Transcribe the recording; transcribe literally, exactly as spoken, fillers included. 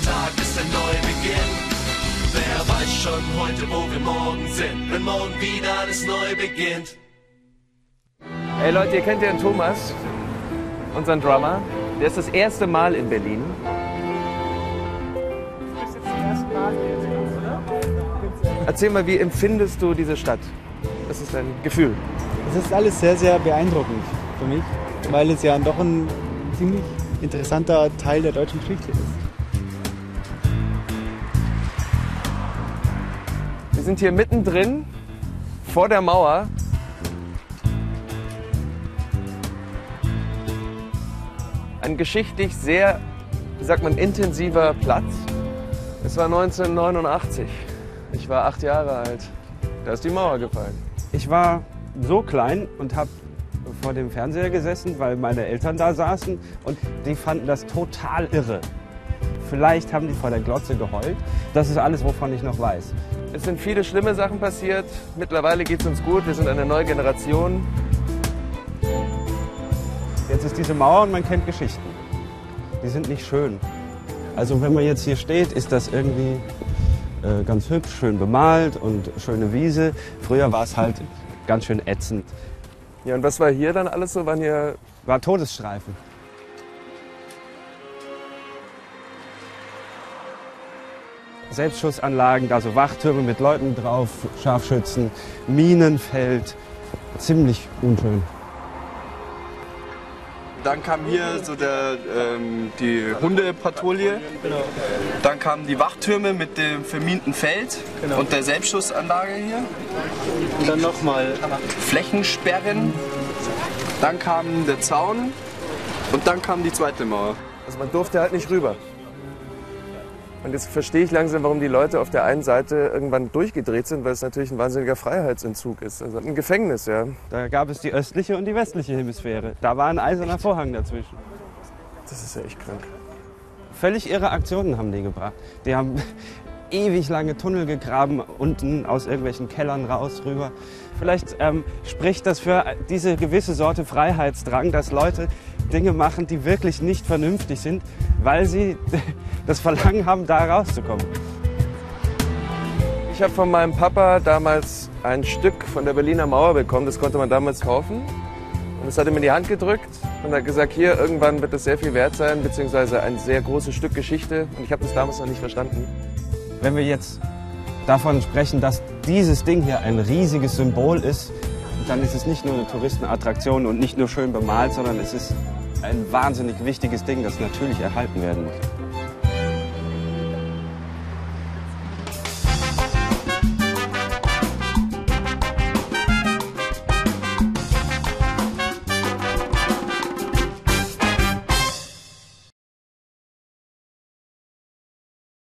Tag ist ein Neubeginn. Wer weiß schon heute, wo wir morgen sind, wenn morgen wieder alles neu beginnt. Hey Leute, ihr kennt ja den Thomas, unseren Drummer. Der ist das erste Mal in Berlin. Das ist jetzt das erste Mal hier, oder? Erzähl mal, wie empfindest du diese Stadt? Was ist dein Gefühl? Es ist alles sehr, sehr beeindruckend für mich, weil es ja doch ein ziemlich interessanter Teil der deutschen Geschichte ist. Wir sind hier mittendrin, vor der Mauer. Ein geschichtlich sehr, wie sagt man, intensiver Platz. Es war neunzehnhundertneunundachtzig. Ich war acht Jahre alt. Da ist die Mauer gefallen. Ich war so klein und habe vor dem Fernseher gesessen, weil meine Eltern da saßen und die fanden das total irre. Vielleicht haben die vor der Glotze geheult. Das ist alles, wovon ich noch weiß. Es sind viele schlimme Sachen passiert. Mittlerweile geht es uns gut. Wir sind eine neue Generation. Jetzt ist diese Mauer und man kennt Geschichten. Die sind nicht schön. Also wenn man jetzt hier steht, ist das irgendwie äh, ganz hübsch, schön bemalt und schöne Wiese. Früher war es halt ganz schön ätzend. Ja, und was war hier dann alles so? Waren hier War Todesstreifen. Selbstschussanlagen, da so Wachtürme mit Leuten drauf, Scharfschützen, Minenfeld. Ziemlich unschön. Dann kam hier so der, ähm, die Hundepatrouille. Genau. Dann kamen die Wachtürme mit dem verminten Feld genau. und der Selbstschussanlage hier. Und dann nochmal Flächensperren. Dann kam der Zaun und dann kam die zweite Mauer. Also man durfte halt nicht rüber. Und jetzt verstehe ich langsam, warum die Leute auf der einen Seite irgendwann durchgedreht sind, weil es natürlich ein wahnsinniger Freiheitsentzug ist. Also ein Gefängnis, ja. Da gab es die östliche und die westliche Hemisphäre. Da war ein eiserner Vorhang dazwischen. Das ist ja echt krank. Völlig irre Aktionen haben die gebracht. Die haben ewig lange Tunnel gegraben, unten aus irgendwelchen Kellern raus, rüber. Vielleicht ähm, spricht das für diese gewisse Sorte Freiheitsdrang, dass Leute Dinge machen, die wirklich nicht vernünftig sind, weil sie das Verlangen haben, da rauszukommen. Ich habe von meinem Papa damals ein Stück von der Berliner Mauer bekommen, das konnte man damals kaufen. Und das hat er mir in die Hand gedrückt und hat gesagt, hier, irgendwann wird das sehr viel wert sein, beziehungsweise ein sehr großes Stück Geschichte. Und ich habe das damals noch nicht verstanden. Wenn wir jetzt davon sprechen, dass dieses Ding hier ein riesiges Symbol ist, dann ist es nicht nur eine Touristenattraktion und nicht nur schön bemalt, sondern es ist ein wahnsinnig wichtiges Ding, das natürlich erhalten werden muss.